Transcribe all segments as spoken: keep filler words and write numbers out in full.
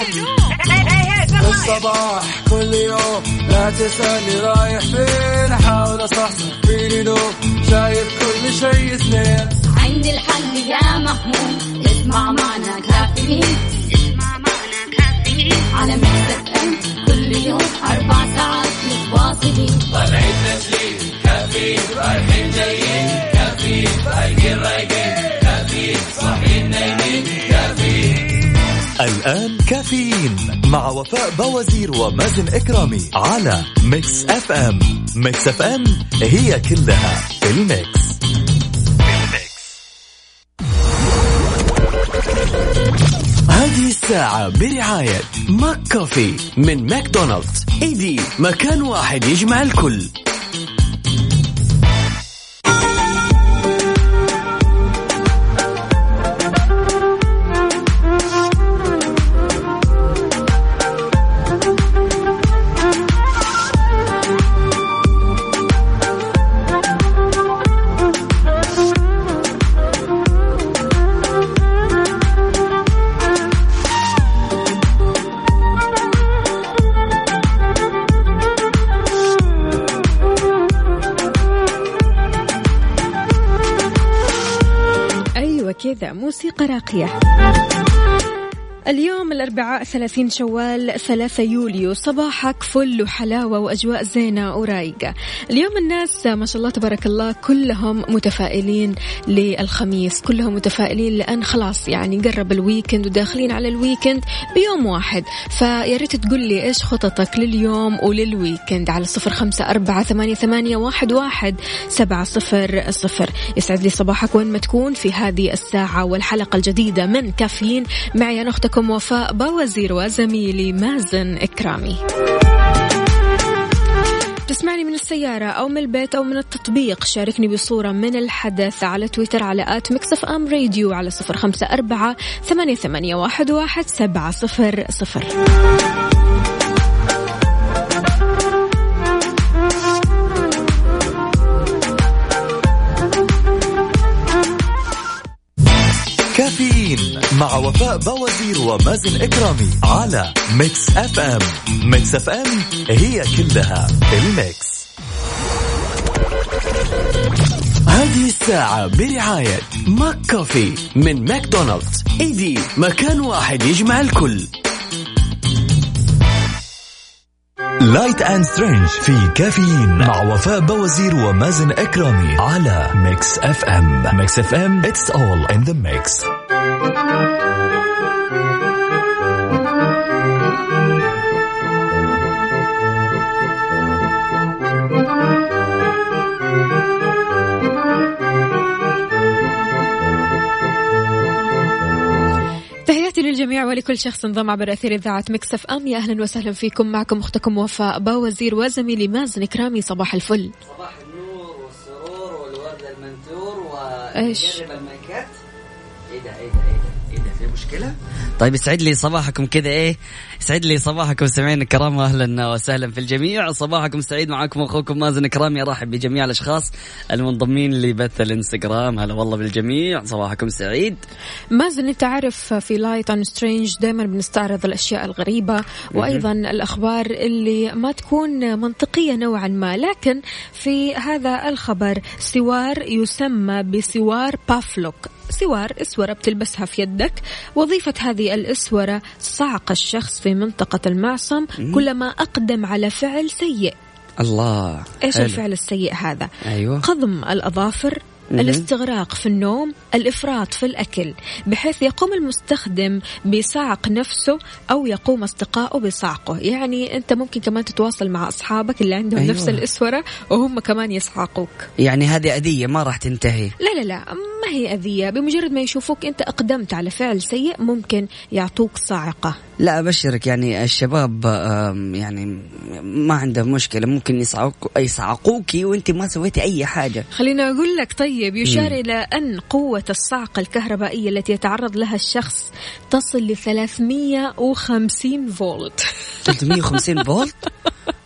الصباح كل يوم لا تسألني رايح فين، أحاول أصحصح فيني لو شايف كل شيء سنين. عندي الحل يا محمود، اسمع معنا كافيين، اسمع معنا كافيين على ميكس اف ام كل يوم أربع ساعات متواصلين. طالعين تسليم كافيين، رايحين جايين كافيين، رايقين رايقين كافيين، صاحيين نايمين كافيين. الآن كافيين مع وفاء بوازير ومازن إكرامي على ميكس اف ام. ميكس اف ام هي كلها الميكس. هذه الساعة برعاية ماك كوفي من ماكدونالدز. ايدي مكان واحد يجمع الكل. كذا موسيقى راقية. اليوم الأربعاء ثلاثين شوال ثلاثة يوليو، صباحك فل وحلاوة وأجواء زينة ورايقة. اليوم الناس ما شاء الله تبارك الله كلهم متفائلين للخميس، كلهم متفائلين لأن خلاص يعني قرب الويكند وداخلين على الويكند بيوم واحد. فياريت تقول لي إيش خططك لليوم وللويكند على صفر خمسة أربعة ثمانية ثمانية واحد واحد سبعة صفر صفر. يسعد لي صباحك وين ما تكون في هذه الساعة والحلقة الجديدة من كافيين. معي أنا أختكم وفاء بوازير وزميلي مازن إكرامي. تسمعني من السيارة أو من البيت أو من التطبيق، شاركني بصورة من الحدث على تويتر على آت ميكس اف ام راديو على صفر خمسة أربعة ثمانية ثمانية واحد واحد سبعة صفر صفر. كافيين مع وفاء بوازير ومازن إكرامي على ميكس اف ام. ميكس اف ام هي كلها الميكس. هذه الساعة برعاية ماك كوفي من ماكدونالدز. ايدي مكان واحد يجمع الكل. لايت اند سترينج في كافيين مع وفاء بوازير ومازن إكرامي على ميكس اف ام. ميكس اف ام it's all in the mix. للجميع ولكل شخص انضم عبر أثير إذاعة ميكس اف ام. يا أهلا وسهلا فيكم، معكم أختكم وفاء باوزير وزميلي مازن إكرامي. صباح الفل، صباح النور والسرور والورد المنثور وجرب المايكات. إيه ده إيه ده إيه ده إيه ده في مشكلة؟ طيب يسعد لي صباحكم كذا. إيه يسعد لي صباحكم سمعين الكرام، أهلا وسهلا في الجميع. صباحكم سعيد، معكم أخوكم مازن إكرامي. أرحب بجميع الأشخاص المنضمين لبث الانستغرام. هلا والله بالجميع، صباحكم سعيد. مازن أنت عارف في لايت أند سترينج دائما بنستعرض الأشياء الغريبة وأيضا الأخبار اللي ما تكون منطقية نوعا ما، لكن في هذا الخبر سوار يسمى بسوار بافلوك. سوار إسورة بتلبسها في يدك، وظيفة هذه الإسورة صعق الشخص في منطقة المعصم كلما أقدم على فعل سيء. الله، إيش حلو. الفعل السيء هذا؟ أيوة. قضم الأظافر، الاستغراق في النوم، الإفراط في الأكل، بحيث يقوم المستخدم بصعق نفسه أو يقوم أصدقائه بصعقه. يعني أنت ممكن كمان تتواصل مع أصحابك اللي عندهم أيوة. نفس الإسورة وهم كمان يصعقوك. يعني هذه أذية ما راح تنتهي. لا لا لا ما هي أذية، بمجرد ما يشوفوك أنت أقدمت على فعل سيء ممكن يعطوك صاعقة. لا أبشرك، يعني الشباب يعني ما عندهم مشكلة، ممكن يصعقوك يصعقوكي وأنت ما سويتي أي حاجة. خلينا أقول لك طيب، يشار إلى أن قوة الصعقة الكهربائية التي يتعرض لها الشخص تصل ل ثلاثمية وخمسين فولت. ثلاثمية وخمسين فولت؟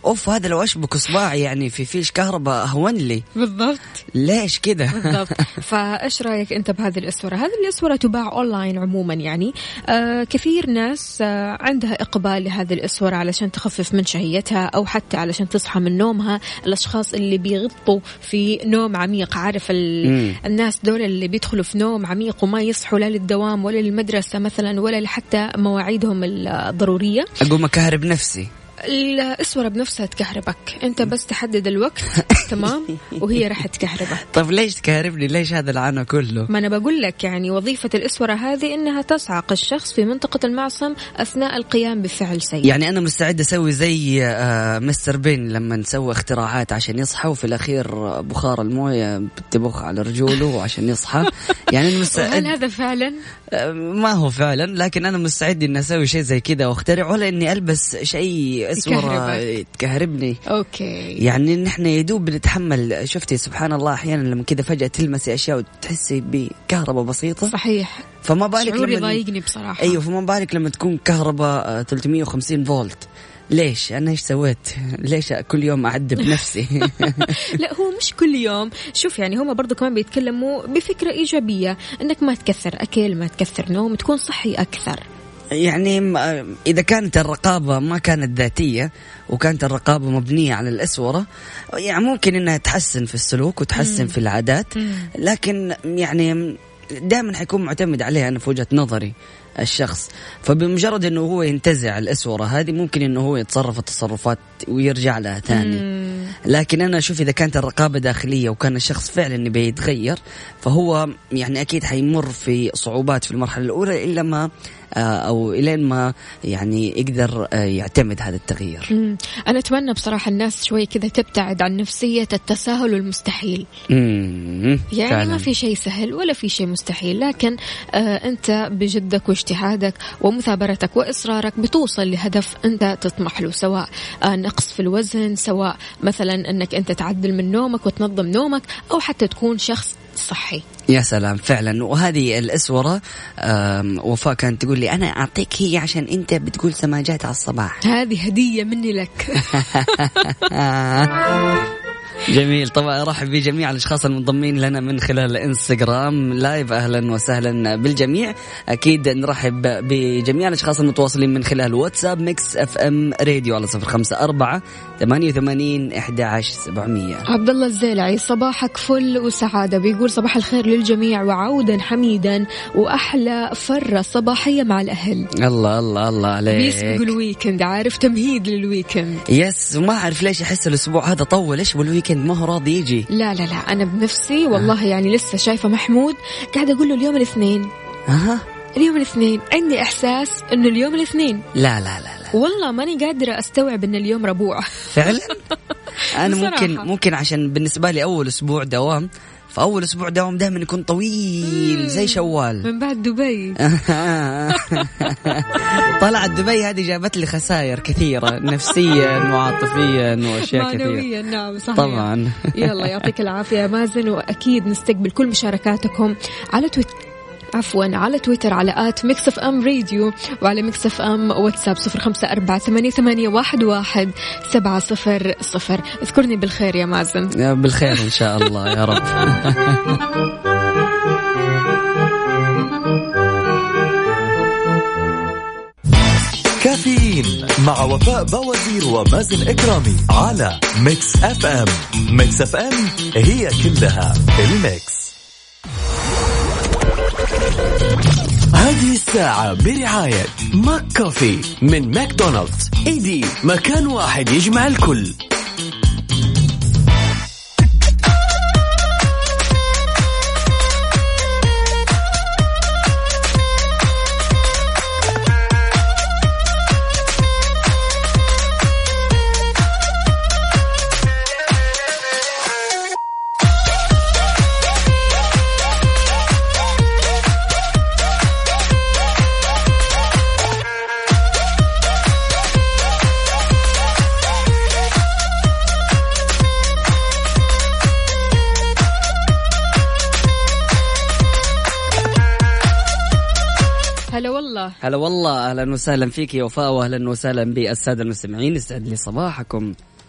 اوف هذا لو اشبك اصبعي يعني في فيش كهرباء اهون لي. بالضبط. ليش كده؟ بالضبط. فايش رايك انت بهذه الاسوره؟ هذه الاسوره تباع اونلاين عموما يعني. آه كثير ناس آه عندها اقبال لهذه الاسوره علشان تخفف من شهيتها او حتى علشان تصحى من نومها. الاشخاص اللي بيغطوا في نوم عميق، عارف الناس دول اللي بيدخلوا في نوم عميق وما يصحوا لا للدوام ولا للمدرسه مثلا ولا حتى مواعيدهم الضروريه. اقوم اكهرب نفسي. الاسوره بنفسها تكهربك، انت بس تحدد الوقت تمام وهي راح تكهربك. طيب ليش تكهربني؟ ليش هذا العنى كله؟ ما انا بقول لك يعني وظيفه الاسوره هذه انها تصعق الشخص في منطقه المعصم اثناء القيام بفعل سيء. يعني انا مستعد اسوي زي آه مستر بين لما نسوي اختراعات عشان يصحى وفي الاخير بخار المويه بتبخ على رجوله عشان يصحى. يعني انا مستعد. هل هذا فعلا؟ آه ما هو فعلا، لكن انا مستعد اني اسوي شيء زي كذا واخترع، ولا اني البس شيء اسوره تكهربني. اوكي. يعني نحن يدوب بنتحمل. شفتي سبحان الله احيانا لما كذا فجاه تلمسي اشياء وتحسي بكهرباء بسيطه. صحيح. فما بالك شعوري لما ضايقني بصراحه. ايوه فما بالك لما تكون كهرباء ثلاثمية وخمسين فولت. ليش انا ايش سويت؟ ليش كل يوم اعذب نفسي؟ لا هو مش كل يوم. شوف يعني هم برضو كمان بيتكلموا بفكره ايجابيه انك ما تكثر اكل، ما تكثر نوم، تكون صحي اكثر. يعني إذا كانت الرقابة ما كانت ذاتية وكانت الرقابة مبنية على الأسورة، يعني ممكن إنها تحسن في السلوك وتحسن مم. في العادات. مم. لكن يعني دائما حيكون معتمد عليها أنا في وجهة نظري الشخص. فبمجرد إنه هو ينتزع الأسورة هذه ممكن إنه هو يتصرف التصرفات ويرجع لها ثاني. مم. لكن أنا أشوف إذا كانت الرقابة داخلية وكان الشخص فعلا بيتغير فهو يعني أكيد حيمر في صعوبات في المرحلة الأولى إلا ما أو إلين ما يعني يقدر يعتمد هذا التغيير. مم. أنا أتمنى بصراحة الناس شوي كذا تبتعد عن نفسية التساهل والمستحيل. مم. يعني فعلا. ما في شيء سهل ولا في شيء مستحيل، لكن آه أنت بجدك واجتهادك ومثابرتك وإصرارك بتوصل لهدف أنت تطمح له، سواء آه نقص في الوزن، سواء مثلا أنك أنت تعدل من نومك وتنظم نومك، أو حتى تكون شخص صحي. يا سلام فعلا. وهذه الأسورة وفاء كانت تقول لي أنا أعطيك هي عشان أنت بتقول سماجات على الصباح. هذه هدية مني لك. جميل. طبعا ارحب بجميع الاشخاص المنضمين لنا من خلال الانستغرام لايف. اهلا وسهلا بالجميع. اكيد نرحب بجميع الاشخاص المتواصلين من خلال واتساب ميكس اف ام راديو على صفر خمسة أربعة ثمانية وثمانين أحد عشر سبعمية. عبد الله الزيلعي صباحك فل وسعاده، بيقول صباح الخير للجميع وعودا حميدا واحلى فره صباحيه مع الاهل. الله الله الله عليك. بيسبق الويكند، عارف، تمهيد للويكند. يس. وما اعرف ليش احس الاسبوع هذا طول. ايش بالويكند ما هو راضي يجي؟ لا لا لا أنا بنفسي والله يعني لسه شايفة محمود قاعد أقول له اليوم الاثنين. أها اليوم الاثنين، عندي إحساس إنه اليوم الاثنين. لا لا لا لا والله ماني قادرة أستوعب إن اليوم ربوع. فعلا. أنا ممكن ممكن عشان بالنسبة لي أول أسبوع دوام، فأول أسبوع دوام دائما يكون طويل زي شوال من بعد دبي. طلعت دبي هذه جابت لي خسائر كثيرة نفسيا وعاطفيا وأشياء كثيرة. معنويا نعم صحيح. طبعا. يلا يعطيك العافية يا مازن، وأكيد نستقبل كل مشاركاتكم على تويتر، عفوا على تويتر على آت ميكس اف ام راديو، وعلى ميكس اف ام واتساب صفر خمسة أربعة ثمانية ثمانية واحد واحد سبعة صفر صفر. اذكرني بالخير يا مازن. بالخير إن شاء الله يا رب. كافيين مع وفاء بوازير ومازن إكرامي على ميكس اف ام. ميكس اف ام هي كلها الميكس. هذه الساعة برعاية ماك كوفي من ماكدونالدز. ايدي مكان واحد يجمع الكل. هلا والله. أهلا وسهلا فيك يا وفاء، وأهلا وسهلا بالسادة المستمعين. يسعد لي صباحكم.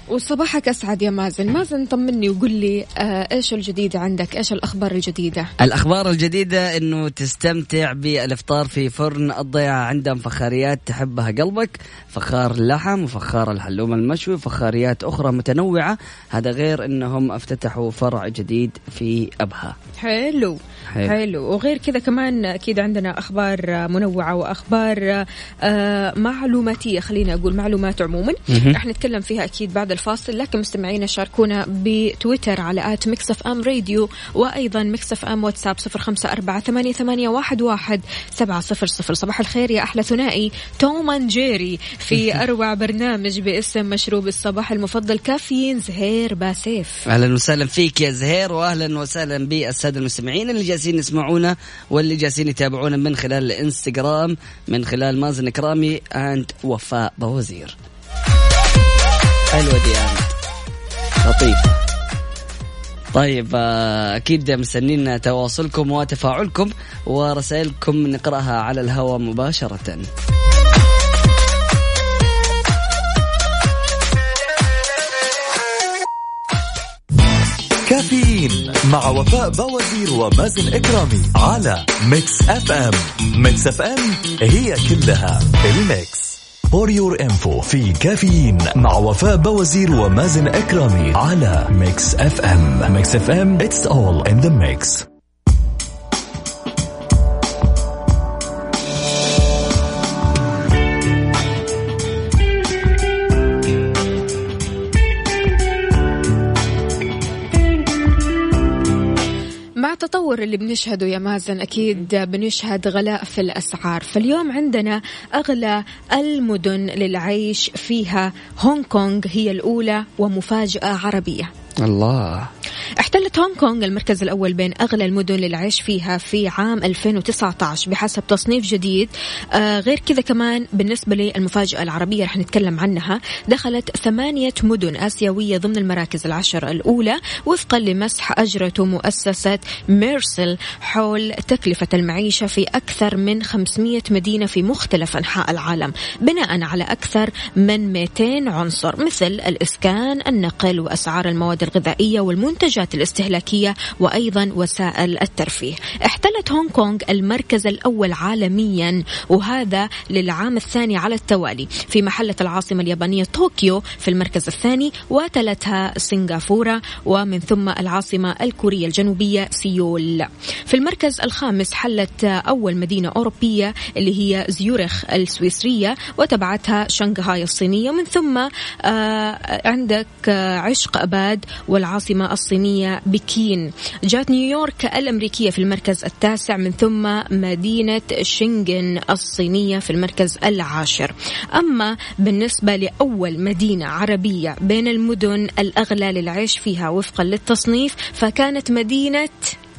وصباحك أسعد يا مازن. مازن طمني وقل لي آه إيش الجديد عندك، إيش الأخبار الجديدة؟ الأخبار الجديدة إنه تستمتع بالإفطار في فرن الضيعة. عندهم فخاريات تحبها قلبك، فخار اللحم وفخار الحلوم المشوي وفخاريات أخرى متنوعة. هذا غير إنهم افتتحوا فرع جديد في أبها. حلو حلو, حلو. وغير كذا كمان أكيد عندنا أخبار منوعة وأخبار آه معلوماتية، خلينا أقول معلومات عموما رح نتكلم فيها أكيد بعد الفاصل. لكن مستمعينا شاركونا بتويتر على آت ميكس اف ام راديو، وأيضا ميكس اف ام واتساب صفر خمسة أربعة ثمانية ثمانية واحد واحد سبعة صفر صفر. صباح الخير يا أحلى ثنائي توم أند جيري في أروع برنامج باسم مشروب الصباح المفضل كافيين، زهير باسيف. أهلا وسهلا فيك يا زهير، وأهلا وسهلا بالسادة المستمعين اللي جالسين يسمعونا واللي جالسين يتابعونا من خلال الانستغرام من خلال مازن كرامي أند وفاء بوزير. حلوة دي يعني لطيفة. طيب أكيد مستنين تواصلكم وتفاعلكم ورسائلكم نقرأها على الهواء مباشرة. كافيين مع وفاء بوزير ومازن إكرامي على ميكس اف ام. ميكس اف ام هي كلها الميكس. For your info في كافيين مع وفاء بوزير ومازن إكرامي على ميكس اف ام. ميكس اف ام it's all in the mix. مع التطور اللي بنشهده يا مازن أكيد بنشهد غلاء في الأسعار. فاليوم عندنا أغلى المدن للعيش فيها هونغ كونغ هي الأولى ومفاجأة عربية. الله. احتلت هونغ كونغ المركز الأول بين أغلى المدن للعيش فيها في عام ألفين وتسعة عشر بحسب تصنيف جديد. آه غير كذا كمان بالنسبة للمفاجأة العربية رح نتكلم عنها، دخلت ثمانية مدن آسيوية ضمن المراكز العشر الأولى وفقا لمسح أجرته مؤسسة ميرسل حول تكلفة المعيشة في أكثر من خمسمائة مدينة في مختلف أنحاء العالم بناء على أكثر من مئتين عنصر مثل الإسكان، النقل، وأسعار المواد الغذائية والمنتجات الاستهلاكية وأيضا وسائل الترفيه. احتلت هونغ كونغ المركز الأول عالميا وهذا للعام الثاني على التوالي، في محلة العاصمة اليابانية طوكيو في المركز الثاني وتلتها سنغافورة ومن ثم العاصمة الكورية الجنوبية سيول. في المركز الخامس حلت أول مدينة أوروبية اللي هي زيورخ السويسرية وتبعتها شنغهاي الصينية ومن ثم آه عندك آه عشق أباد والعاصمة الصينية بكين. جات نيويورك الأمريكية في المركز التاسع من ثم مدينة شنغن الصينية في المركز العاشر. أما بالنسبة لأول مدينة عربية بين المدن الأغلى للعيش فيها وفقا للتصنيف فكانت مدينة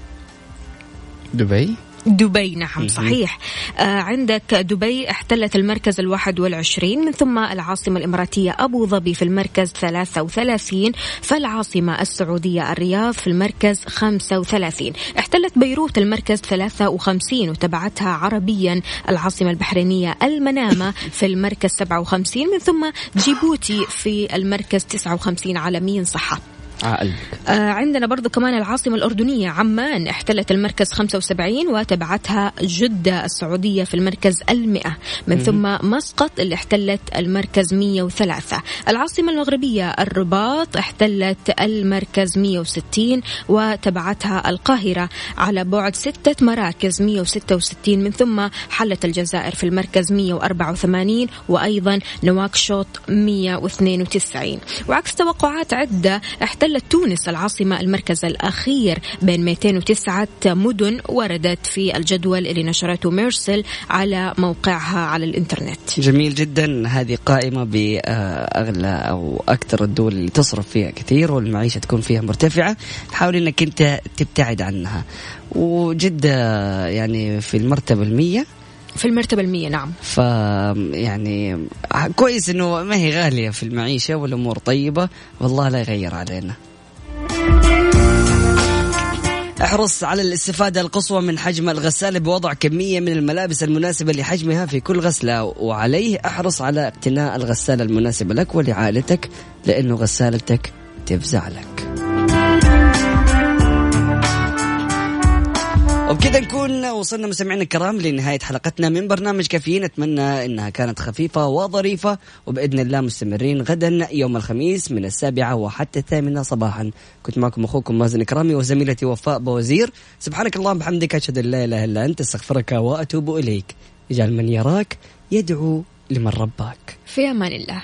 دبي. دبي نعم صحيح. آه عندك دبي احتلت المركز الواحد والعشرين من ثم العاصمة الإماراتية أبو ظبي في المركز ثلاثة وثلاثين، فالعاصمة السعودية الرياض في المركز خمسة وثلاثين. احتلت بيروت المركز ثلاثة وخمسين وتبعتها عربيا العاصمة البحرينية المنامة في المركز سبعة وخمسين من ثم جيبوتي في المركز تسعة وخمسين عالميا صحة. آه عندنا برضو كمان العاصمة الأردنية عمان احتلت المركز خمسة وسبعين وتبعتها جدة السعودية في المركز المئة من م- ثم مسقط اللي احتلت المركز مئة وثلاثة. العاصمة المغربية الرباط احتلت المركز مئة وستين وتبعتها القاهرة على بعد ستة مراكز مئة وستة وستين من ثم حلت الجزائر في المركز مئة وأربعة وثمانين وأيضا نواكشوط مئة واثنين وتسعين. وعكس توقعات عدة احتلت تونس العاصمة المركز الأخير بين مئتين وتسعة مدن وردت في الجدول اللي نشرته ميرسل على موقعها على الإنترنت. جميل جدا. هذه قائمة بأغلى أو أكثر الدول اللي تصرف فيها كثير والمعيشة تكون فيها مرتفعة، حاول أنك أنت تبتعد عنها. وجدة يعني في المرتبة المية في المرتبة المية نعم. ف يعني كويس إنه ما هي غالية في المعيشة والأمور طيبة، والله لا يغير علينا. احرص على الاستفادة القصوى من حجم الغسالة بوضع كمية من الملابس المناسبة لحجمها في كل غسلة، وعليه احرص على اقتناء الغسالة المناسبة لك ولعائلتك، لأنه غسالتك تفزع لك. وبكذا نكون وصلنا مستمعينا الكرام لنهاية حلقتنا من برنامج كافيين. أتمنى أنها كانت خفيفة وظريفة، وبإذن الله مستمرين غدا يوم الخميس من السابعة وحتى الثامنة صباحا. كنت معكم أخوكم مازن إكرامي وزميلتي وفاء بوزير. سبحانك اللهم بحمدك، أشهد أن لا إله إلا أنت، استغفرك وأتوب إليك. اجعل من يراك يدعو لمن رباك. في أمان الله.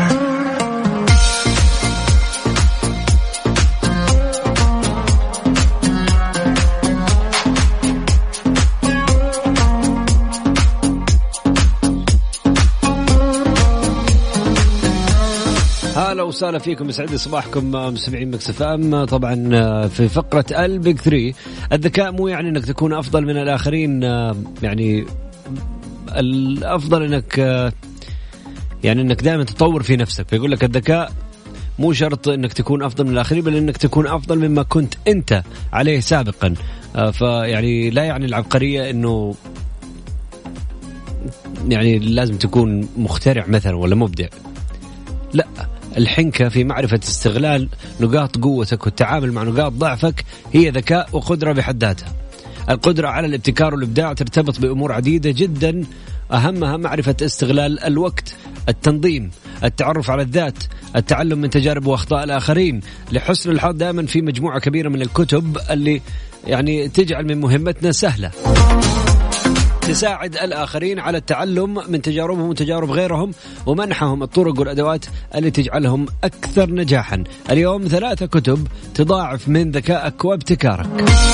هلا وسهلا فيكم، يسعد صباحكم مستمعين مكس اف ام. طبعا في فقرة البيج ثري، الذكاء مو يعني انك تكون افضل من الاخرين، يعني الافضل انك يعني انك دائما تطور في نفسك. فيقول لك الذكاء مو شرط انك تكون افضل من الاخرين، بل انك تكون افضل مما كنت انت عليه سابقا. فيعني لا يعني العبقرية انه يعني لازم تكون مخترع مثلا ولا مبدع، لا، الحنكة في معرفة استغلال نقاط قوتك والتعامل مع نقاط ضعفك هي ذكاء وقدرة بحد ذاتها. القدرة على الابتكار والإبداع ترتبط بأمور عديدة جدا، أهمها معرفة استغلال الوقت، التنظيم، التعرف على الذات، التعلم من تجارب وأخطاء الآخرين. لحسن الحظ دائما في مجموعة كبيرة من الكتب اللي يعني تجعل من مهمتنا سهلة، تساعد الآخرين على التعلم من تجاربهم وتجارب غيرهم، ومنحهم الطرق والأدوات اللي تجعلهم أكثر نجاحا. اليوم ثلاثة كتب تضاعف من ذكائك وابتكارك.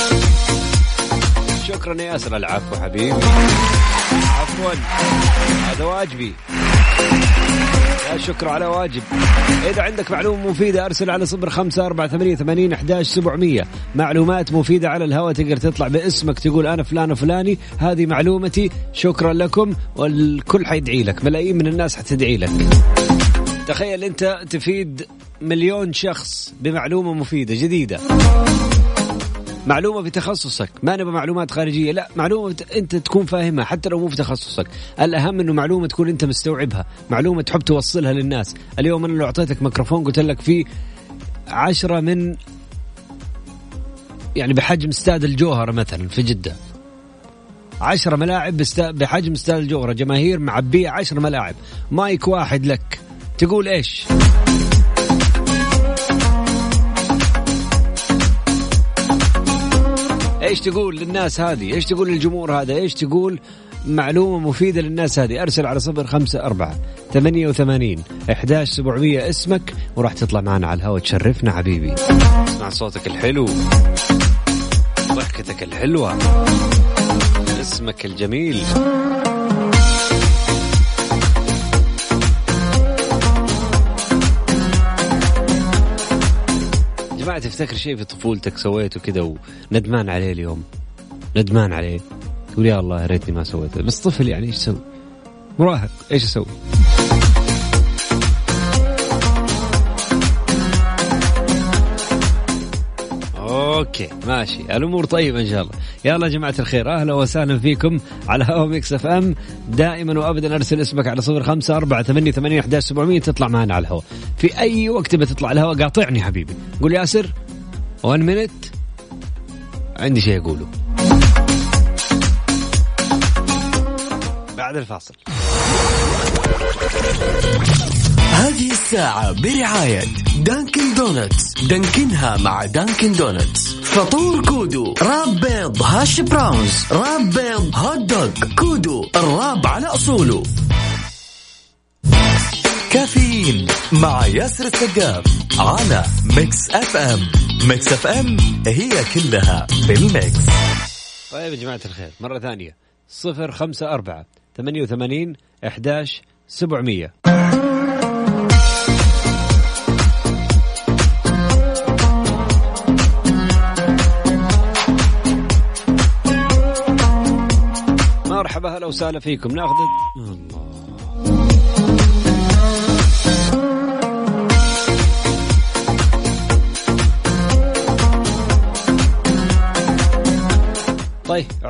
شكرا يا ياسر. العفو حبيبي، عفوا، هذا واجبي، لا شكر على واجب. إذا عندك معلومة مفيدة أرسل على صفر خمسة أربعة ثمانية ثمانين أحداش سبعمية. معلومات مفيدة على الهواء، تقدر تطلع باسمك تقول أنا فلان وفلاني، هذه معلومتي، شكرا لكم، والكل حيدعي لك، ملايين من الناس حتدعي لك. تخيل أنت تفيد مليون شخص بمعلومة مفيدة جديدة، معلومة في تخصصك، ما نبغى معلومات خارجية، لا، معلومة أنت تكون فاهمها حتى لو مو في تخصصك. الأهم أنه معلومة تكون أنت مستوعبها، معلومة تحب توصلها للناس. اليوم أنا لو أعطيتك ميكروفون قلت لك فيه عشرة من يعني بحجم استاد الجوهرة مثلا في جدة، عشرة ملاعب بحجم استاد الجوهرة، جماهير معبية عشر ملاعب، مايك واحد لك، تقول إيش؟ ايش تقول للناس هذه؟ ايش تقول للجمهور هذا؟ ايش تقول معلومة مفيدة للناس هذه؟ ارسل على صفر خمسة أربعة ثمانية وثمانين أحداش سبعمية اسمك وراح تطلع معنا على الهواء، تشرفنا حبيبي. اسمع صوتك الحلو، ضحكتك الحلوة، اسمك الجميل. جماعة تفتكر شيء في طفولتك سويته كده وندمان عليه اليوم، ندمان عليه، تقول يا الله يا ريتني ما سويته. بس طفل يعني ايش سوي؟ مراهق ايش اسوي؟ اوكي ماشي، الامور طيبه ان شاء الله. يلا يا جماعه الخير، اهلا وسهلا فيكم على هوا ميكس اف ام. دائما وابدا ارسل اسمك على صفر خمسة أربعة ثمانية ثمانية أحداش سبعمية تطلع معنا على الهوا في اي وقت بتطلع على الهوا. قاطعني حبيبي، قول ياسر وان مينت عندي شيء اقوله بعد الفاصل. هذه الساعة برعاية دانكن دونتس، دانكنها مع دانكن دونتس. فطور كودو، راب بيض هاش براونز، راب بيض هوت دوغ، كودو الراب على أصوله. كافيين مع ياسر السقاف على ميكس اف ام. ميكس اف ام هي كلها بالميكس. طيب يا جماعة الخير، مرة ثانية صفر خمسة أربعة ثمانية وثمانين أحداش سبعمية. مرحبا، هلا وسهلا فيكم. ناخذ الله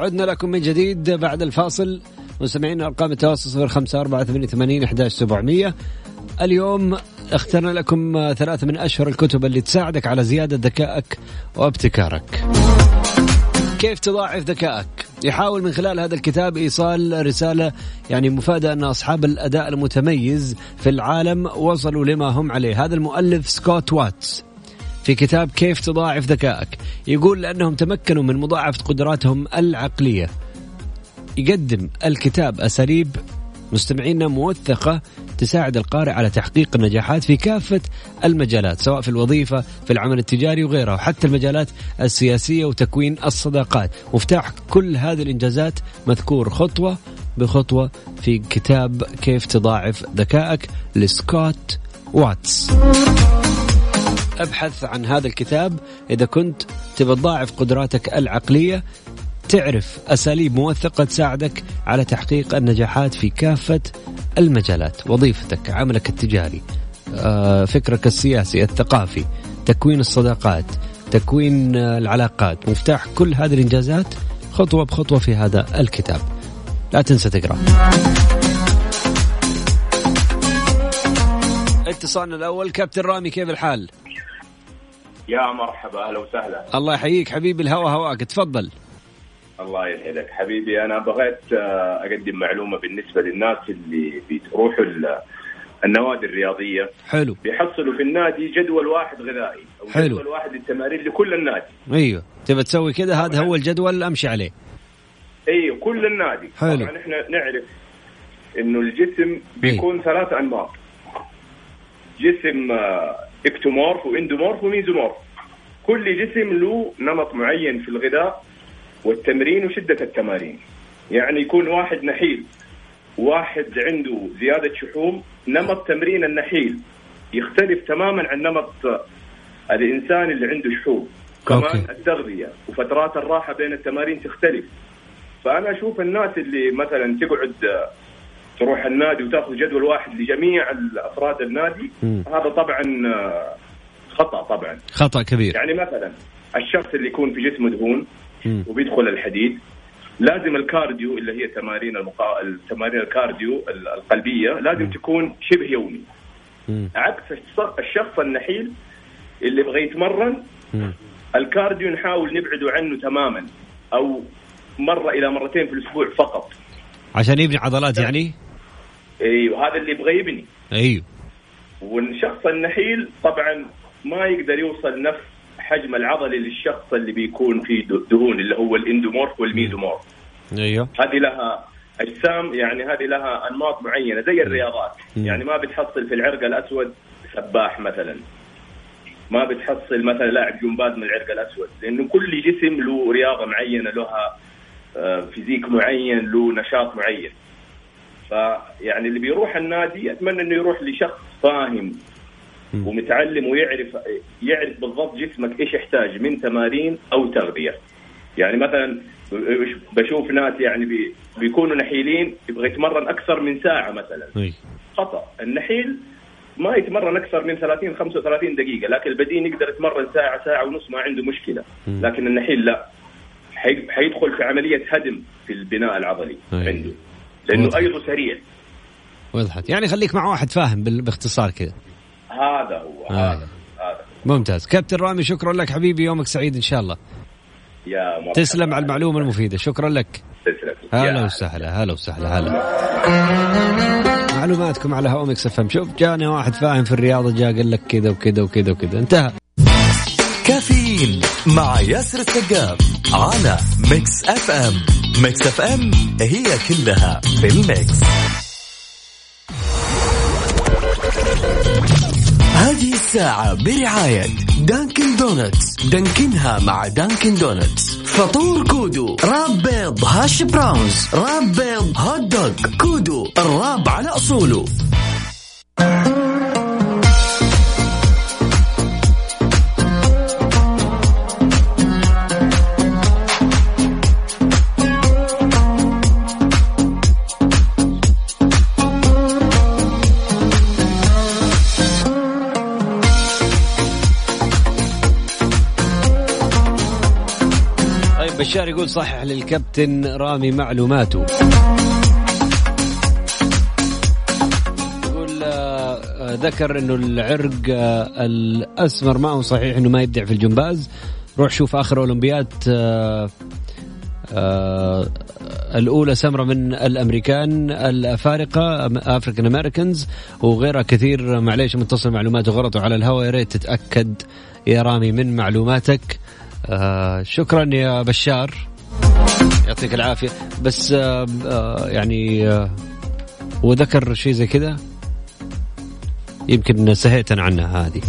عدنا لكم من جديد بعد الفاصل. مستمعين أرقام التواصل صفر خمسة أربعة ثمانية ثمانين أحد عشر سبعمية. اليوم اخترنا لكم ثلاثة من أشهر الكتب اللي تساعدك على زيادة ذكائك وابتكارك. كيف تضاعف ذكائك؟ يحاول من خلال هذا الكتاب إيصال رسالة يعني مفادة أن أصحاب الأداء المتميز في العالم وصلوا لما هم عليه. هذا المؤلف سكوت واتس في كتاب كيف تضاعف ذكائك يقول لأنهم تمكنوا من مضاعفة قدراتهم العقلية. يقدم الكتاب أساليب مستمعينا موثقة تساعد القارئ على تحقيق النجاحات في كافة المجالات، سواء في الوظيفة، في العمل التجاري وغيرها، وحتى المجالات السياسية وتكوين الصداقات. مفتاح كل هذه الإنجازات مذكور خطوة بخطوة في كتاب كيف تضاعف ذكائك لسكوت واتس. ابحث عن هذا الكتاب إذا كنت تبي تضاعف قدراتك العقلية، تعرف أساليب موثقة تساعدك على تحقيق النجاحات في كافة المجالات، وظيفتك، عملك التجاري، فكرك السياسي، الثقافي، تكوين الصداقات، تكوين العلاقات. مفتاح كل هذه الإنجازات خطوة بخطوة في هذا الكتاب. لا تنسى تقرأ. اتصالنا الأول كابتن رامي، كيف الحال؟ يا مرحبا، أهلا وسهلا. الله يحييك حبيبي، الهوا هواك، تفضل. الله يسعدك حبيبي. أنا بغيت أقدم معلومة بالنسبة للناس اللي بيروحوا النوادي الرياضية. حلو. بيحصلوا في النادي جدول واحد غذائي أو حلو. جدول واحد للتمارين لكل النادي. أيوه، تبى تسوي كده، هذا هو الجدول أمشي عليه. أيوه، كل النادي. حلو. طبعا إحنا نعرف إنه الجسم بيكون أيوه. ثلاث أنماط: جسم اكتومورف واندومورف وميزومورف. كل جسم له نمط معين في الغذاء والتمرين وشدة التمارين. يعني يكون واحد نحيل، واحد عنده زيادة شحوم، نمط تمرين النحيل يختلف تماما عن نمط الإنسان اللي عنده شحوم. كمان أوكي. التغذية وفترات الراحة بين التمارين تختلف. فأنا أشوف الناس اللي مثلا تقعد تروح النادي وتأخذ جدول واحد لجميع الأفراد النادي، م. هذا طبعا خطأ، طبعا خطأ كبير. يعني مثلا الشخص اللي يكون في جسمه دهون م. وبيدخل الحديد، لازم الكارديو اللي هي تمارين المقا... التمارين الكارديو القلبية لازم م. تكون شبه يومي. م. عكس الشخص النحيل اللي يبغى يتمرن، م. الكارديو نحاول نبعده عنه تماما، أو مرة إلى مرتين في الأسبوع فقط عشان يبني عضلات. يعني ايوه، هذا اللي يبغى يبني. ايوه. والشخص النحيل طبعا ما يقدر يوصل نفس حجم العضلي للشخص اللي بيكون فيه دهون، اللي هو الاندومورف والميزومورف. ايوه. هذه لها اجسام، يعني هذه لها انماط معينه زي الرياضات. م. يعني ما بتحصل في العرق الاسود سباح مثلا، ما بتحصل مثلا لاعب جمباز من العرق الاسود، لانه كل جسم له رياضه معينه، لها فيزيك معين، له نشاط معين. فيعني اللي بيروح النادي أتمنى إنه يروح لشخص فاهم م. ومتعلم ويعرف يعرف بالضبط جسمك إيش يحتاج من تمارين أو تغذية. يعني مثلا بشوف ناس يعني بي بيكونوا نحيلين يبغى يتمرن أكثر من ساعة مثلا. أي. خطأ. النحيل ما يتمرن أكثر من ثلاثين خمسة وثلاثين دقيقة، لكن البدين يقدر يتمرن ساعة ساعة ونص ما عنده مشكلة. م. لكن النحيل لا، حيدخل في عملية هدم في البناء العضلي أيه. عنده، لأنه وضحت. أيضا سريع. وضحت. يعني خليك مع واحد فاهم باختصار كذا. هذا هو. آه. هذا هذا ممتاز. كابتن رامي، شكرا لك حبيبي، يومك سعيد إن شاء الله. يا مرحبا. تسلم على المعلومة المفيدة، شكرا لك. تسلم. هلا وسهلا، هلا وسهلا، هلا. معلوماتكم على هوا ميكس اف ام. شوف، جاني واحد فاهم في الرياضة جاء قال لك كذا وكذا وكذا وكذا، انتهى. كافيين مع ياسر السقاف على ميكس اف ام. ميكس اف ام هي كلها في الميكس. هذه الساعة برعاية دانكن دونتس. دانكنها مع دانكن دونتس. فطور كودو، راب بيض هاش براونز، راب بيض هوت دوغ. كودو، الراب على أصوله. بشار يقول صحح للكابتن رامي معلوماته. يقول آه ذكر انه العرق آه الاسمر ما هو صحيح انه ما يبدع في الجمباز. روح شوف اخر اولمبياد آه آه الأولى سمرة من الأمريكان الأفارقة أفريكان أمريكانز وغيرها كثير. معليش متصل معلومات وغلط على الهواء، يا ريت تتأكد يا رامي من معلوماتك. آه شكرا يا بشار يعطيك العافية. بس آه آه يعني آه وذكر شيء زي كذا يمكن سهيت عنها هذه.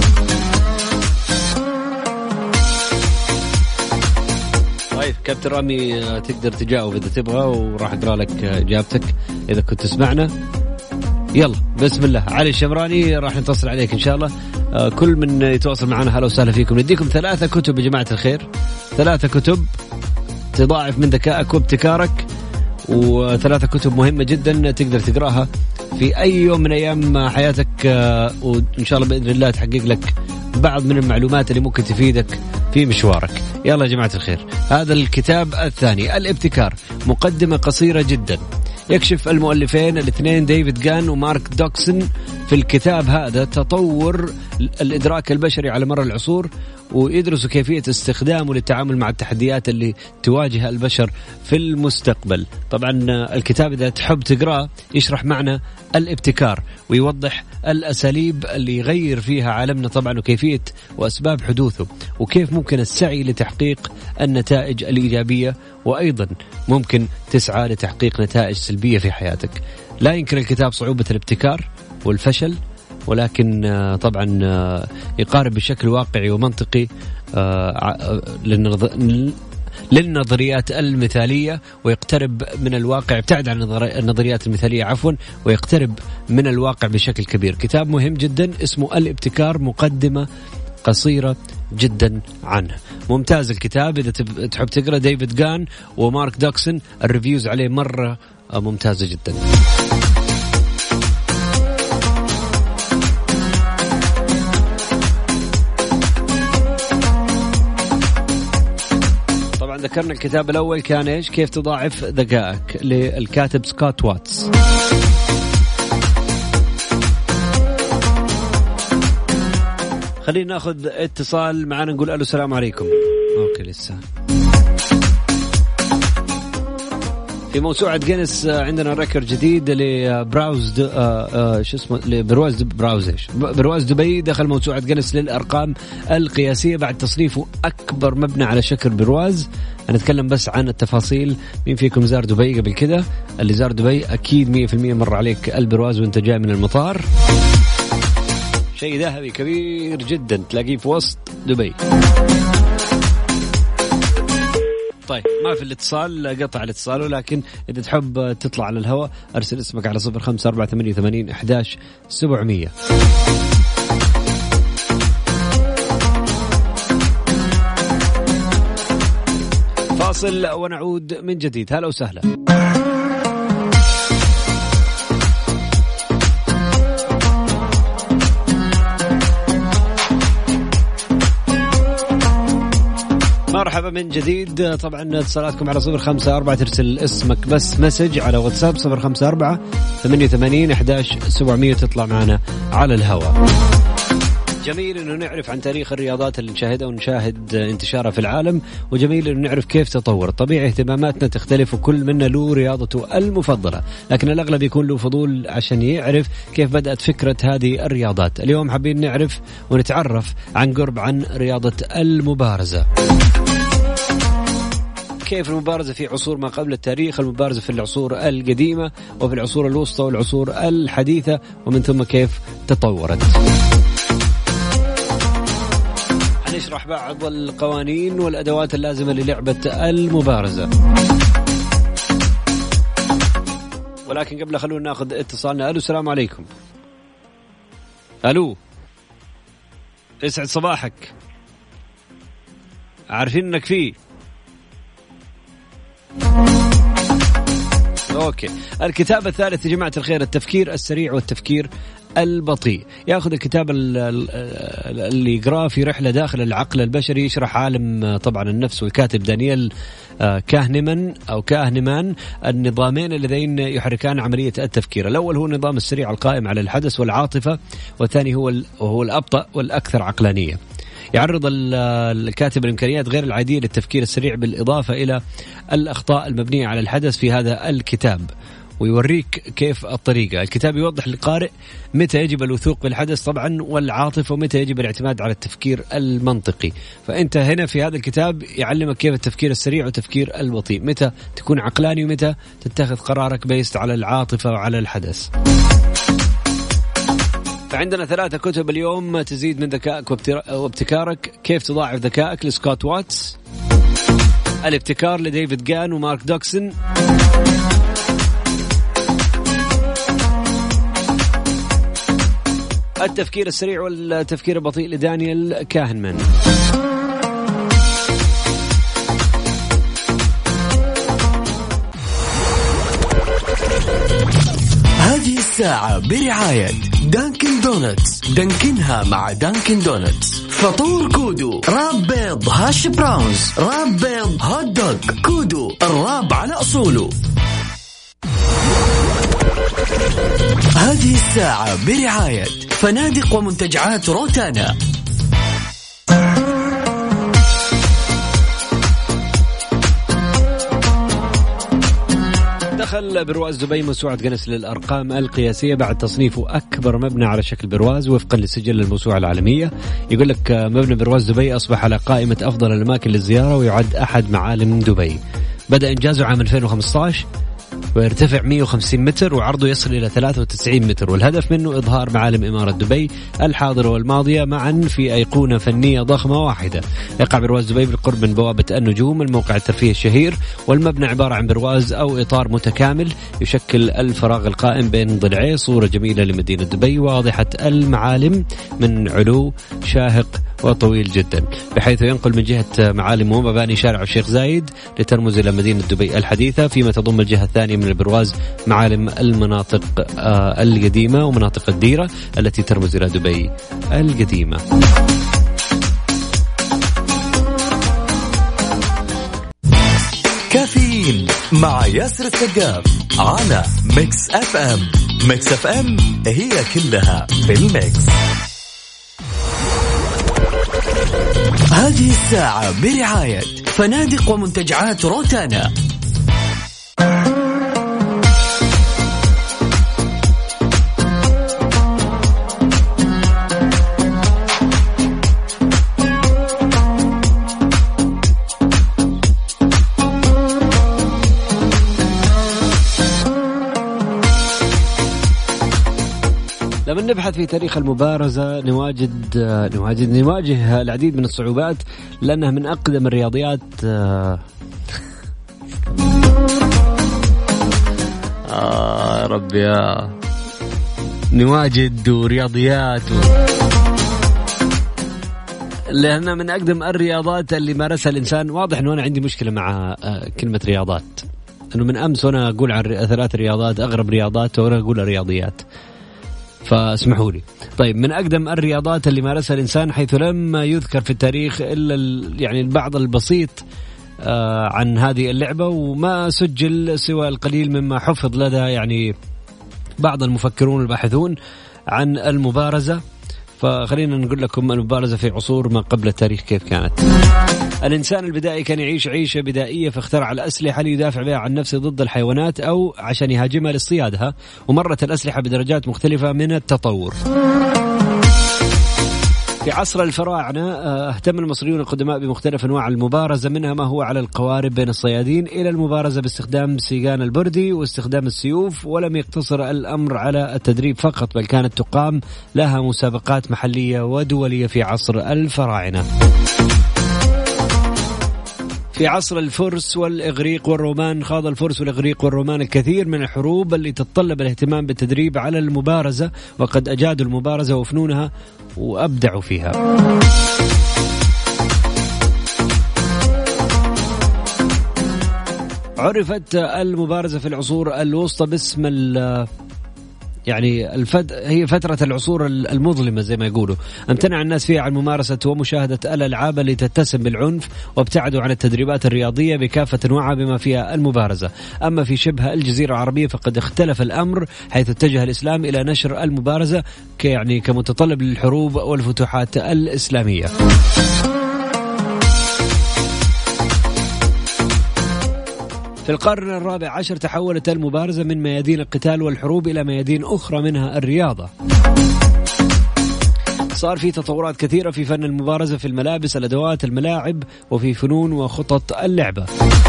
طيب كابتن رامي تقدر تجاوب إذا تبغى وراح أقرأ لك إجابتك إذا كنت تسمعنا. يلا بسم الله. علي الشمراني راح نتصل عليك إن شاء الله. كل من يتواصل معنا هلا وسهلا فيكم. نديكم ثلاثة كتب يا جماعة الخير، ثلاثة كتب تضاعف من ذكائك وابتكارك، وثلاثة كتب مهمة جدا تقدر تقرأها في أي يوم من أيام حياتك، وإن شاء الله بإذن الله تحقق لك بعض من المعلومات اللي ممكن تفيدك في مشوارك. يلا يا جماعة الخير، هذا الكتاب الثاني الابتكار، مقدمة قصيرة جدا يكشف المؤلفين الاثنين ديفيد جان ومارك دوكسون في الكتاب هذا تطور الإدراك البشري على مر العصور، ويدرسوا كيفية استخدامه للتعامل مع التحديات اللي تواجه البشر في المستقبل. طبعا الكتاب إذا تحب تقرأ يشرح معنى الابتكار ويوضح الأساليب اللي يغير فيها عالمنا طبعا، وكيفية وأسباب حدوثه، وكيف ممكن السعي لتحقيق النتائج الإيجابية، وأيضا ممكن تسعى لتحقيق نتائج سلبية في حياتك. لا ينكر الكتاب صعوبة الابتكار والفشل، ولكن طبعا يقارب بشكل واقعي ومنطقي للنظريات المثالية، ويقترب من الواقع، ابتعد عن النظريات المثالية عفوا ويقترب من الواقع بشكل كبير. كتاب مهم جدا اسمه الابتكار، مقدمة قصيرة جدا عنه. ممتاز الكتاب إذا تحب تقرأ. ديفيد جان ومارك دوكسون الريفيوز عليه مرة ممتازة جدا. طبعا ذكرنا الكتاب الأول كان إيش؟ كيف تضاعف ذكائك للكاتب سكوت واتس. خلينا ناخذ اتصال معنا، نقول ألو السلام عليكم. أوكي لسه في موسوعة جينيس عندنا ريكورد جديد لبراوز شو اسمه لبرواز براوز ايش برواز دبي، دخل موسوعة جينيس للأرقام القياسية بعد تصنيفه أكبر مبنى على شكل برواز. هنتكلم بس عن التفاصيل. مين فيكم زار دبي قبل كده؟ اللي زار دبي أكيد مية في المية مر عليك البرواز وانت جاي من المطار. شيء ذهبي كبير جدا تلاقيه في وسط دبي. طيب ما في الاتصال، قطع الاتصال، ولكن إذا تحب تطلع على الهواء أرسل اسمك على صفر خمسة أربعة ثمانية ثمانين أحداش سبعمية. فاصل ونعود من جديد. هلا وسهلا. مرحبا من جديد. طبعا اتصالاتكم على صفر خمسة أربعة، ترسل اسمك بس مسج على واتساب صفر خمسة أربعة ثمانية ثمانين أحداش سبعمية، تطلع معنا على الهواء. جميل انه نعرف عن تاريخ الرياضات اللي نشاهدها ونشاهد انتشارها في العالم، وجميل انه نعرف كيف تطور. طبيعي اهتماماتنا تختلف وكل منا له رياضته المفضلة، لكن الاغلب يكون له فضول عشان يعرف كيف بدأت فكرة هذه الرياضات. اليوم حابين نعرف ونتعرف عن قرب عن رياضة المبارزة. كيف المبارزة في عصور ما قبل التاريخ، المبارزة في العصور القديمة وفي العصور الوسطى والعصور الحديثة، ومن ثم كيف تطورت. نشرح بعض القوانين والأدوات اللازمة للعبة المبارزة، ولكن قبل خلونا ناخذ اتصالنا. ألو السلام عليكم. ألو يسعد صباحك، عارفين انك فيه. اوكي الكتاب الثالث يا جماعة الخير، التفكير السريع والتفكير البطيء. يأخذ الكتاب اللي يقرأ في رحلة داخل العقل البشري. يشرح عالم طبعا النفس والكاتب دانيال كاهنمان أو كاهنمان النظامين اللذين يحركان عملية التفكير. الأول هو النظام السريع القائم على الحدث والعاطفة، والثاني هو هو الأبطأ والأكثر عقلانية. يعرض الكاتب الإمكانيات غير العادية للتفكير السريع بالإضافة إلى الأخطاء المبنية على الحدث في هذا الكتاب، ويوريك كيف الطريقة. الكتاب يوضح للقارئ متى يجب الوثوق بالحدث طبعا والعاطفة، ومتى يجب الاعتماد على التفكير المنطقي. فأنت هنا في هذا الكتاب يعلمك كيف التفكير السريع والتفكير البطيء، متى تكون عقلاني ومتى تتخذ قرارك بيست على العاطفة وعلى الحدث. فعندنا ثلاثة كتب اليوم تزيد من ذكائك وابتكارك. كيف تضاعف ذكائك لسكوت واتس، الابتكار لديفيد جان ومارك دوكسون، التفكير السريع والتفكير البطيء لدانيال كاهنمان. هذه الساعة برعاية دانكن دونتس. دانكنها مع دانكن دونتس. فطور كودو، راب بيض هاش براونز، راب بيض هوت دوغ. كودو، الراب على أصوله. هذه الساعة برعاية فنادق ومنتجعات روتانا. دخل برواز دبي موسوعة جينيس للأرقام القياسية بعد تصنيفه أكبر مبنى على شكل برواز وفقا لسجل الموسوعة العالمية. يقول لك مبنى برواز دبي أصبح على قائمة أفضل الأماكن للزيارة ويعد أحد معالم دبي. بدأ إنجازه عام ألفين وخمسة عشر ويرتفع مئة وخمسين متر وعرضه يصل إلى ثلاثة وتسعين متر، والهدف منه إظهار معالم إمارة دبي الحاضرة والماضية معا في أيقونة فنية ضخمة واحدة. يقع برواز دبي بالقرب من بوابة النجوم، الموقع الترفيهي الشهير، والمبنى عبارة عن برواز أو إطار متكامل يشكل الفراغ القائم بين ضلعيه، صورة جميلة لمدينة دبي واضحة المعالم من علو شاهق وطويل جدا، بحيث ينقل من جهة معالم ومباني شارع الشيخ زايد لترمز إلى مدينة دبي الحديثة، فيما تضم الجهة الثانية من البرواز معالم المناطق القديمة ومناطق الديرة التي ترمز إلى دبي القديمة. كافيين مع ياسر السقاف على ميكس اف ام. ميكس اف ام هي كلها في الميكس. هذه الساعة برعاية فنادق ومنتجعات روتانا. لما نبحث في تاريخ المبارزة نواجد نواجد نواجه العديد من الصعوبات لأنها من أقدم الرياضيات. آه ربي يا نواجد ورياضيات و... لأنها من أقدم الرياضات اللي مارسها الإنسان. واضح أنه أنا عندي مشكلة مع كلمة رياضات، أنه من أمس وأنا أقول عن ثلاث رياضات أغرب رياضات وأنا أقول رياضيات، فاسمحوا لي. طيب، من أقدم الرياضات اللي مارسها الإنسان حيث لم يذكر في التاريخ إلا يعني البعض البسيط آه عن هذه اللعبة، وما سجل سوى القليل مما حفظ لدى يعني بعض المفكرون الباحثون عن المبارزة. فخلينا نقول لكم المبارزة في عصور ما قبل التاريخ كيف كانت. الإنسان البدائي كان يعيش عيشة بدائية، فاخترع الأسلحة ليدافع بها عن نفسه ضد الحيوانات أو عشان يهاجمها لاصطيادها، ومرت الأسلحة بدرجات مختلفة من التطور. في عصر الفراعنة اهتم المصريون القدماء بمختلف أنواع المبارزة، منها ما هو على القوارب بين الصيادين إلى المبارزة باستخدام سيجان البردي واستخدام السيوف. ولم يقتصر الأمر على التدريب فقط، بل كانت تقام لها مسابقات محلية ودولية في عصر الفراعنة. في عصر الفرس والإغريق والرومان خاض الفرس والإغريق والرومان الكثير من الحروب اللي تتطلب الاهتمام بالتدريب على المبارزة، وقد أجادوا المبارزة وفنونها وأبدعوا فيها. عرفت المبارزة في العصور الوسطى باسم يعني الفد... هي فترة العصور المظلمة زي ما يقولوا، امتنع الناس فيها عن ممارسة ومشاهدة الألعاب اللي تتسم بالعنف، وابتعدوا عن التدريبات الرياضية بكافة أنواعها بما فيها المبارزة. أما في شبه الجزيرة العربية فقد اختلف الأمر، حيث اتجه الإسلام إلى نشر المبارزة ك... يعني كمتطلب للحروب والفتوحات الإسلامية. في القرن الرابع عشر تحولت المبارزة من ميادين القتال والحروب إلى ميادين أخرى منها الرياضة. صار في تطورات كثيرة في فن المبارزة، في الملابس، الأدوات، الملاعب، وفي فنون وخطط اللعبة.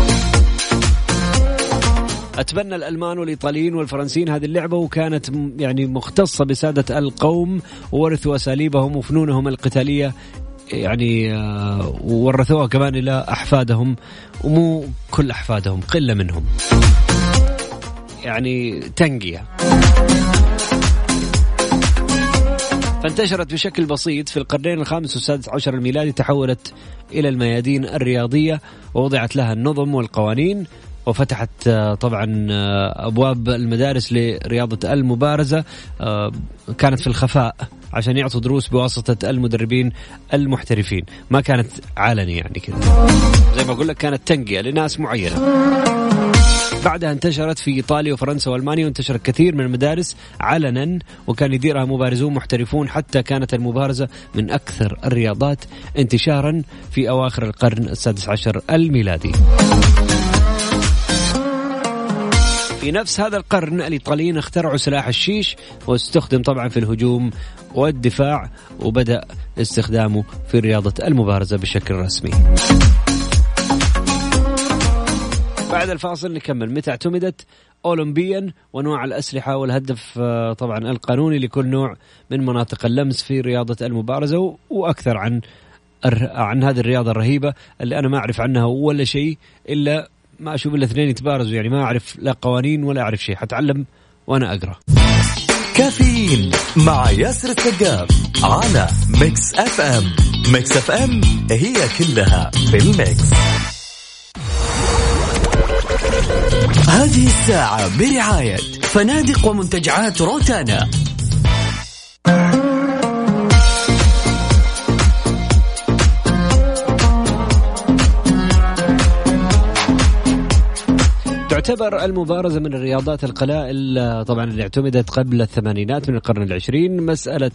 أتبنى الألمان والإيطاليين والفرنسيين هذه اللعبة، وكانت يعني مختصة بسادة القوم، وورثوا أساليبهم وفنونهم القتالية يعني وورثوها كمان إلى أحفادهم، ومو كل أحفادهم، قلة منهم، يعني تنقية. فانتشرت بشكل بسيط في القرنين الخامس والسادس عشر الميلادي، تحولت إلى الميادين الرياضية ووضعت لها النظم والقوانين، وفتحت طبعا أبواب المدارس لرياضة المبارزة، كانت في الخفاء عشان يعطوا دروس بواسطة المدربين المحترفين، ما كانت علني يعني كذا، زي ما أقول لك كانت تنقية لناس معينة. بعدها انتشرت في إيطاليا وفرنسا وألمانيا، وانتشرت كثير من المدارس علنا، وكان يديرها مبارزون محترفون، حتى كانت المبارزة من أكثر الرياضات انتشارا في أواخر القرن السادس عشر الميلادي. في نفس هذا القرن الإيطاليين اخترعوا سلاح الشيش، واستخدم طبعا في الهجوم والدفاع، وبدأ استخدامه في رياضة المبارزة بشكل رسمي. بعد الفاصل نكمل متى اعتمدت أولمبيا وأنواع الأسلحة والهدف طبعا القانوني لكل نوع من مناطق اللمس في رياضة المبارزة، وأكثر عن عن هذه الرياضة الرهيبة اللي أنا ما أعرف عنها ولا شيء، إلا ما أشوف إلا اثنين يتبارزوا، يعني ما أعرف لا قوانين ولا أعرف شيء، حتعلم وأنا أقرأ. كافيين مع ياسر السقاف على ميكس أف أم. ميكس أف أم هي كلها في الميكس. هذه الساعة برعاية فنادق ومنتجعات روتانا. تعتبر المبارزة من الرياضات القلائل طبعا اللي اعتمدت قبل الثمانينات من القرن العشرين. مسألة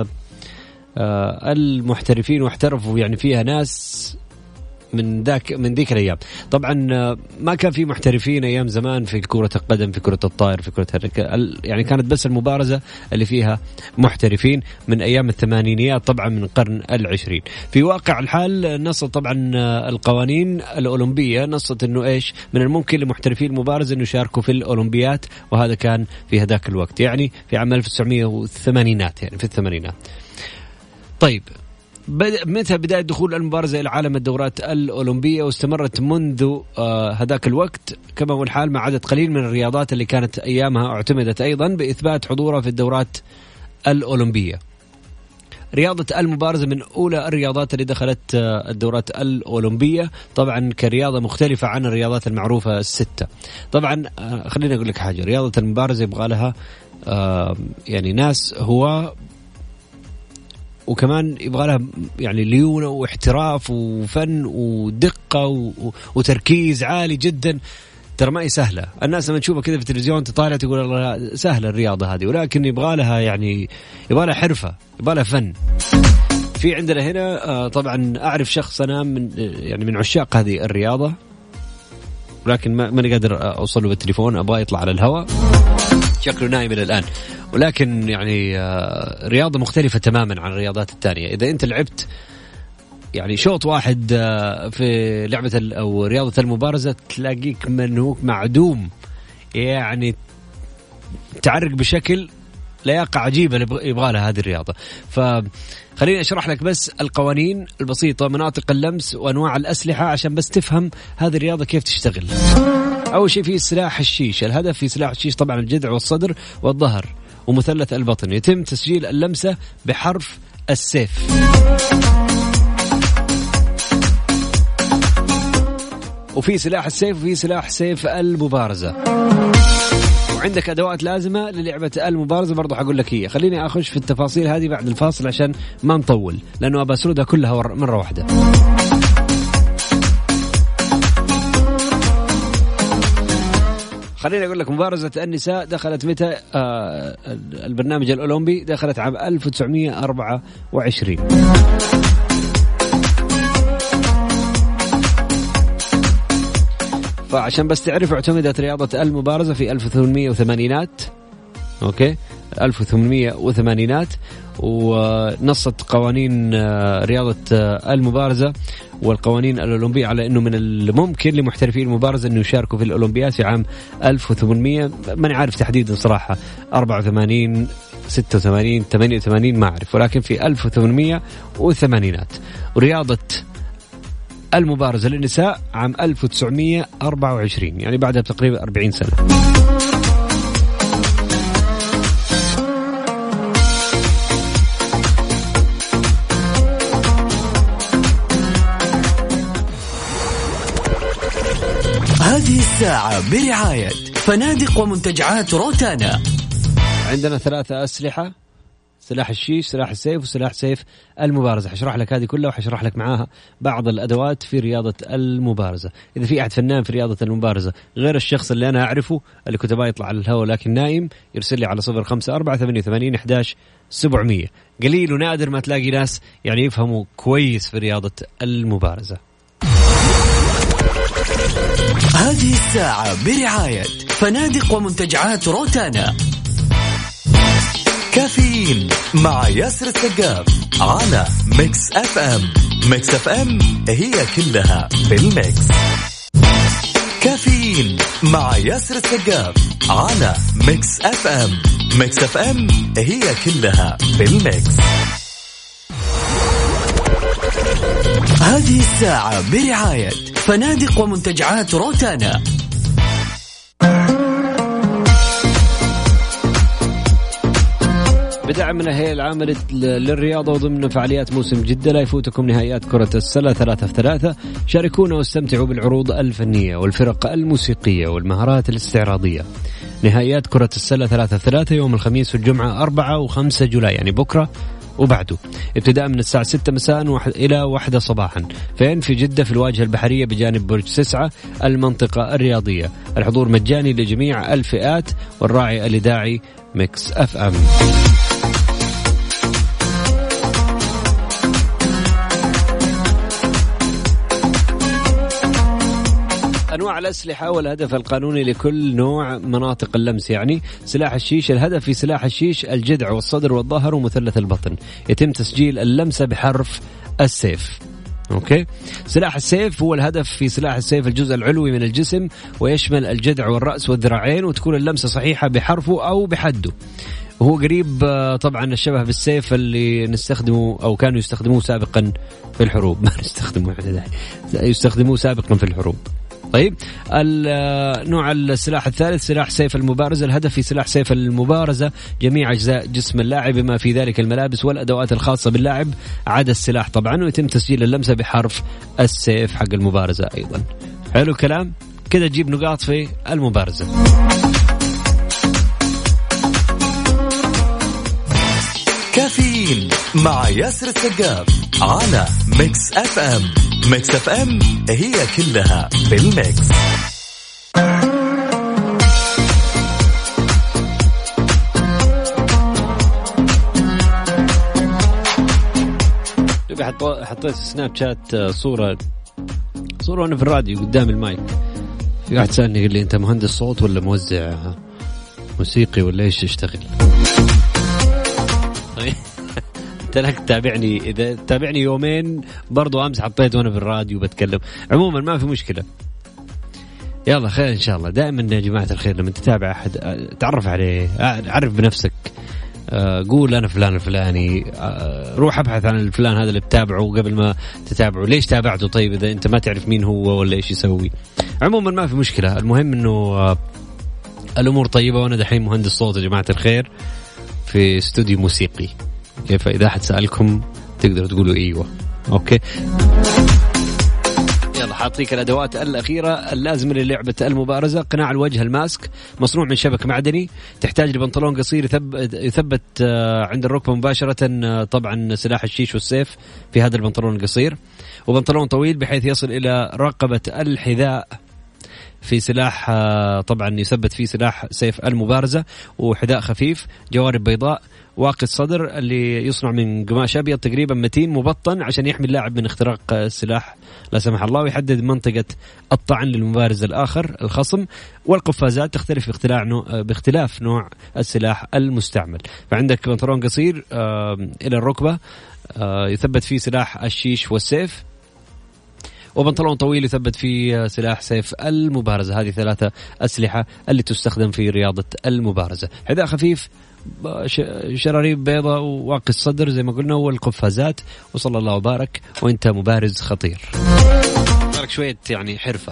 المحترفين واحترفوا يعني فيها ناس من ذاك من ذيك الأيام. طبعا ما كان في محترفين أيام زمان في كرة القدم، في كرة الطائر، في كرة يعني كانت بس المبارزة اللي فيها محترفين من أيام الثمانينيات طبعا من القرن العشرين. في واقع الحال نصت طبعا القوانين الأولمبية نصت إنه إيش من الممكن لمحترفي المبارزة إنه يشاركوا في الأولمبيات، وهذا كان في هذاك الوقت يعني في عام ألف وتسعمائة والثمانينات يعني في الثمانينات. طيب متى بداية دخول المبارزة إلى عالم الدورات الأولمبية؟ واستمرت منذ هذاك آه الوقت، كما هو الحال مع عدد قليل من الرياضات اللي كانت أيامها اعتمدت أيضا بإثبات حضورها في الدورات الأولمبية. رياضة المبارزة من أولى الرياضات اللي دخلت آه الدورات الأولمبية، طبعا كرياضة مختلفة عن الرياضات المعروفة الستة. طبعا آه خليني أقول لك حاجة، رياضة المبارزة يبغى لها آه يعني ناس هو وكمان يبغى لها يعني ليونة واحتراف وفن ودقة وتركيز عالي جدا. ترى ما هي سهلة، الناس لما تشوفها كذا في التلفزيون تطالع تقول الله سهلة الرياضة هذه، ولكن يبغى لها يعني يبغى لها حرفة، يبغى لها فن. في عندنا هنا طبعا أعرف شخص أنا من يعني من عشاق هذه الرياضة، ولكن ما ماني قادر أوصله بالتليفون، أبغى يطلع على الهواء، شكله نايم إلى الآن. ولكن يعني رياضة مختلفة تماما عن الرياضات الثانية. إذا أنت لعبت يعني شوط واحد في لعبة أو رياضة المبارزة تلاقيك منهوك معدوم، يعني تعرق بشكل لياقة عجيبة يبغى لها هذه الرياضة. فخليني أشرح لك بس القوانين البسيطة، مناطق اللمس وأنواع الأسلحة، عشان بس تفهم هذه الرياضة كيف تشتغل. أول شيء في سلاح الشيش. الهدف في سلاح الشيش طبعا الجذع والصدر والظهر ومثلث البطن. يتم تسجيل اللمسة بحرف السيف. وفي سلاح السيف وفي سلاح سيف المبارزة. وعندك أدوات لازمة للعبة المبارزة برضو حقول لك هي. خليني أخش في التفاصيل هذه بعد الفاصل عشان ما نطول، لأنه أبى أسردها كلها مرة واحدة. خليني أقول لك مبارزة النساء دخلت متى؟ آه البرنامج الأولمبي دخلت عام ألف وتسعمائة وأربعة وعشرين. فعشان بس تعرف اعتمدت رياضة المبارزة في ألف وثمانمائة وثمانينات، أوكي ألف وثمانمائة وثمانينات، ونصت قوانين رياضة المبارزة والقوانين الأولمبية على أنه من الممكن لمحترفي المبارزة أنه يشاركوا في الأولمبياد في عام ألف وثمانمائة، ما نعرف تحديدا صراحة أربعة وثمانين ستة وثمانين ثمانية وثمانين ما أعرف، ولكن في ألف وثمانمائة وثمانينات. ورياضة المبارزة للنساء عام ألف وتسعمائة وأربعة وعشرين، يعني بعدها تقريبا أربعين سنة. هذه الساعة برعاية فنادق ومنتجعات روتانا. عندنا ثلاثة أسلحة، سلاح الشيش، سلاح السيف، وسلاح سيف المبارزة. حشرح لك هذه كلها وحشرح لك معاها بعض الأدوات في رياضة المبارزة. إذا في أحد فنان في رياضة المبارزة غير الشخص اللي أنا أعرفه اللي كنت يطلع على الهواء لكن نايم، يرسل لي على صفر خمسة أربعة ثمانية وثمانين أحد عشر سبعمية. قليل ونادر ما تلاقي ناس يعني يفهموا كويس في رياضة المبارزة. هذه الساعة برعاية فنادق ومنتجعات روتانا. كافيين مع ياسر السقاف على ميكس اف ام. ميكس اف ام هي كلها بالميكس. كافيين مع ياسر السقاف على ميكس اف ام. ميكس اف ام هي كلها بالميكس. هذه الساعة برعاية فنادق ومنتجعات روتانا. بدعمنا هي العاملة للرياضة وضمن فعاليات موسم جدة لا يفوتكم نهائيات كرة السلة ثلاثة في ثلاثة. شاركونا واستمتعوا بالعروض الفنية والفرق الموسيقية والمهارات الاستعراضية. نهائيات كرة السلة ثلاثة في ثلاثة يوم الخميس والجمعة أربعة وخمسة جولاي، يعني بكرة وبعده، ابتداء من الساعة ستة مساء إلى واحدة صباحا. فين؟ في جدة في الواجهة البحرية بجانب برج سسعة المنطقة الرياضية. الحضور مجاني لجميع الفئات، والراعي الإذاعي ميكس اف ام. أنواع الأسلحة والهدف القانوني لكل نوع مناطق اللمس. يعني سلاح الشيش، الهدف في سلاح الشيش الجذع والصدر والظهر ومثلث البطن. يتم تسجيل اللمسة بحرف السيف. أوكي. سلاح السيف هو الهدف في سلاح السيف الجزء العلوي من الجسم، ويشمل الجذع والرأس والذراعين، وتكون اللمسة صحيحة بحرفه أو بحده. وهو قريب طبعا الشبه بالسيف اللي نستخدمه أو كانوا يستخدموه سابقا في الحروب. ما نستخدمه احنا، يستخدموه سابقا في الحروب. طيب، النوع السلاح الثالث سلاح سيف المبارزة. الهدف في سلاح سيف المبارزة جميع أجزاء جسم اللاعب بما في ذلك الملابس والأدوات الخاصة باللاعب عدا السلاح طبعا، ويتم تسجيل اللمسة بحرف السيف حق المبارزة أيضا. حلو كلام كده، تجيب نقاط في المبارزة. كافيين مع ياسر السقاف على ميكس اف ام. ميكس اف ام هي كلها بالميكس. حطيت سناب شات صورة صورة وانا في الراديو قدام المايك. في واحد سألني قال لي انت مهندس صوت ولا موزع موسيقي ولا ايش تشتغل؟ انت لك تابعني، اذا تابعني يومين برضو امس حطيت وانا في الراديو بتكلم. عموما ما في مشكلة، يلا خير ان شاء الله. دائما يا جماعة الخير لما تتابع احد تعرف عليه، عرف بنفسك، قول انا فلان الفلاني، روح ابحث عن الفلان هذا اللي بتابعه قبل ما تتابعه. ليش تابعته؟ طيب اذا انت ما تعرف مين هو ولا ايش يسوي. عموما ما في مشكلة، المهم انه الامور طيبة. وانا دحين مهندس صوت يا جماعة الخير في استوديو موسيقي. كيف إذا أحد سألكم تقدروا تقولوا إيوه. أوكي، يلا حاعطيك الأدوات الأخيرة اللازمة للعبة المبارزة. قناع الوجه الماسك مصنوع من شبك معدني، تحتاج لبنطلون قصير يثبت, يثبت عند الركبة مباشرة، طبعا سلاح الشيش والسيف في هذا البنطلون القصير، وبنطلون طويل بحيث يصل إلى رقبة الحذاء في سلاح طبعا يثبت فيه سلاح سيف المبارزة، وحذاء خفيف، جوارب بيضاء، واقي الصدر اللي يصنع من قماش أبيض تقريبا متين مبطن عشان يحمي اللاعب من اختراق السلاح لا سمح الله، ويحدد منطقة الطعن للمبارز الآخر الخصم. والقفازات تختلف باختلاف نوع, باختلاف نوع السلاح المستعمل. فعندك بنطلون قصير إلى الركبة يثبت فيه سلاح الشيش والسيف، وبنطلون طويل يثبت فيه سلاح سيف المبارزة. هذه ثلاثة أسلحة اللي تستخدم في رياضة المبارزة. حذاء خفيف، شراريب بيضاء، وواقي الصدر زي ما قلنا، والقفازات. وصلى الله وبارك وانت مبارز خطير. لك شوية يعني حرفة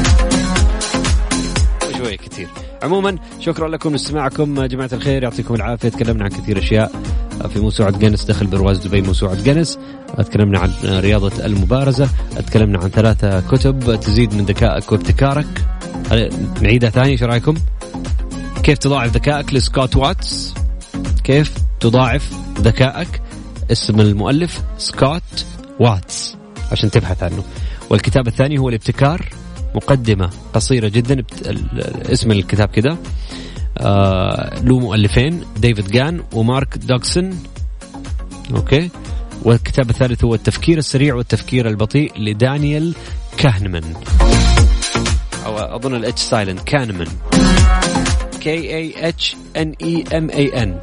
شوية كتير. عموما شكرا لكم لاستماعكم جماعة الخير، يعطيكم العافية. تكلمنا عن كثير أشياء في موسوعة جنس داخل برواز دبي، موسوعة جنس. تكلمنا عن رياضة المبارزة، تكلمنا عن ثلاثة كتب تزيد من ذكائك وابتكارك. نعيدها ثاني، شو رأيكم؟ كيف تضاعف ذكائك لسكوت واتس. كيف تضاعف ذكائك، اسم المؤلف سكوت واتس عشان تبحث عنه. والكتاب الثاني هو الابتكار، مقدمة قصيرة جدا، اسم الكتاب كده، آه له مؤلفين ديفيد جان ومارك دوغسون. أوكي. والكتاب الثالث هو التفكير السريع والتفكير البطيء لدانيال كاهنمان، أو أظن الاتش سايلنت، كاهنمان، كي اي اتش ان اي ام اي ان.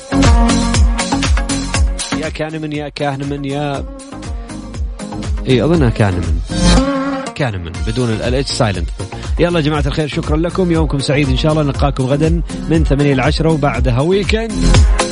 يا كاهنمان يا كاهنمان يا اي اظنها كاهنمان كاهنمان بدون الاتش سايلنت. يلا يا جماعة الخير، شكرا لكم، يومكم سعيد إن شاء الله. نلقاكم غدا من ثمانية إلى عشرة وبعدها ويكند.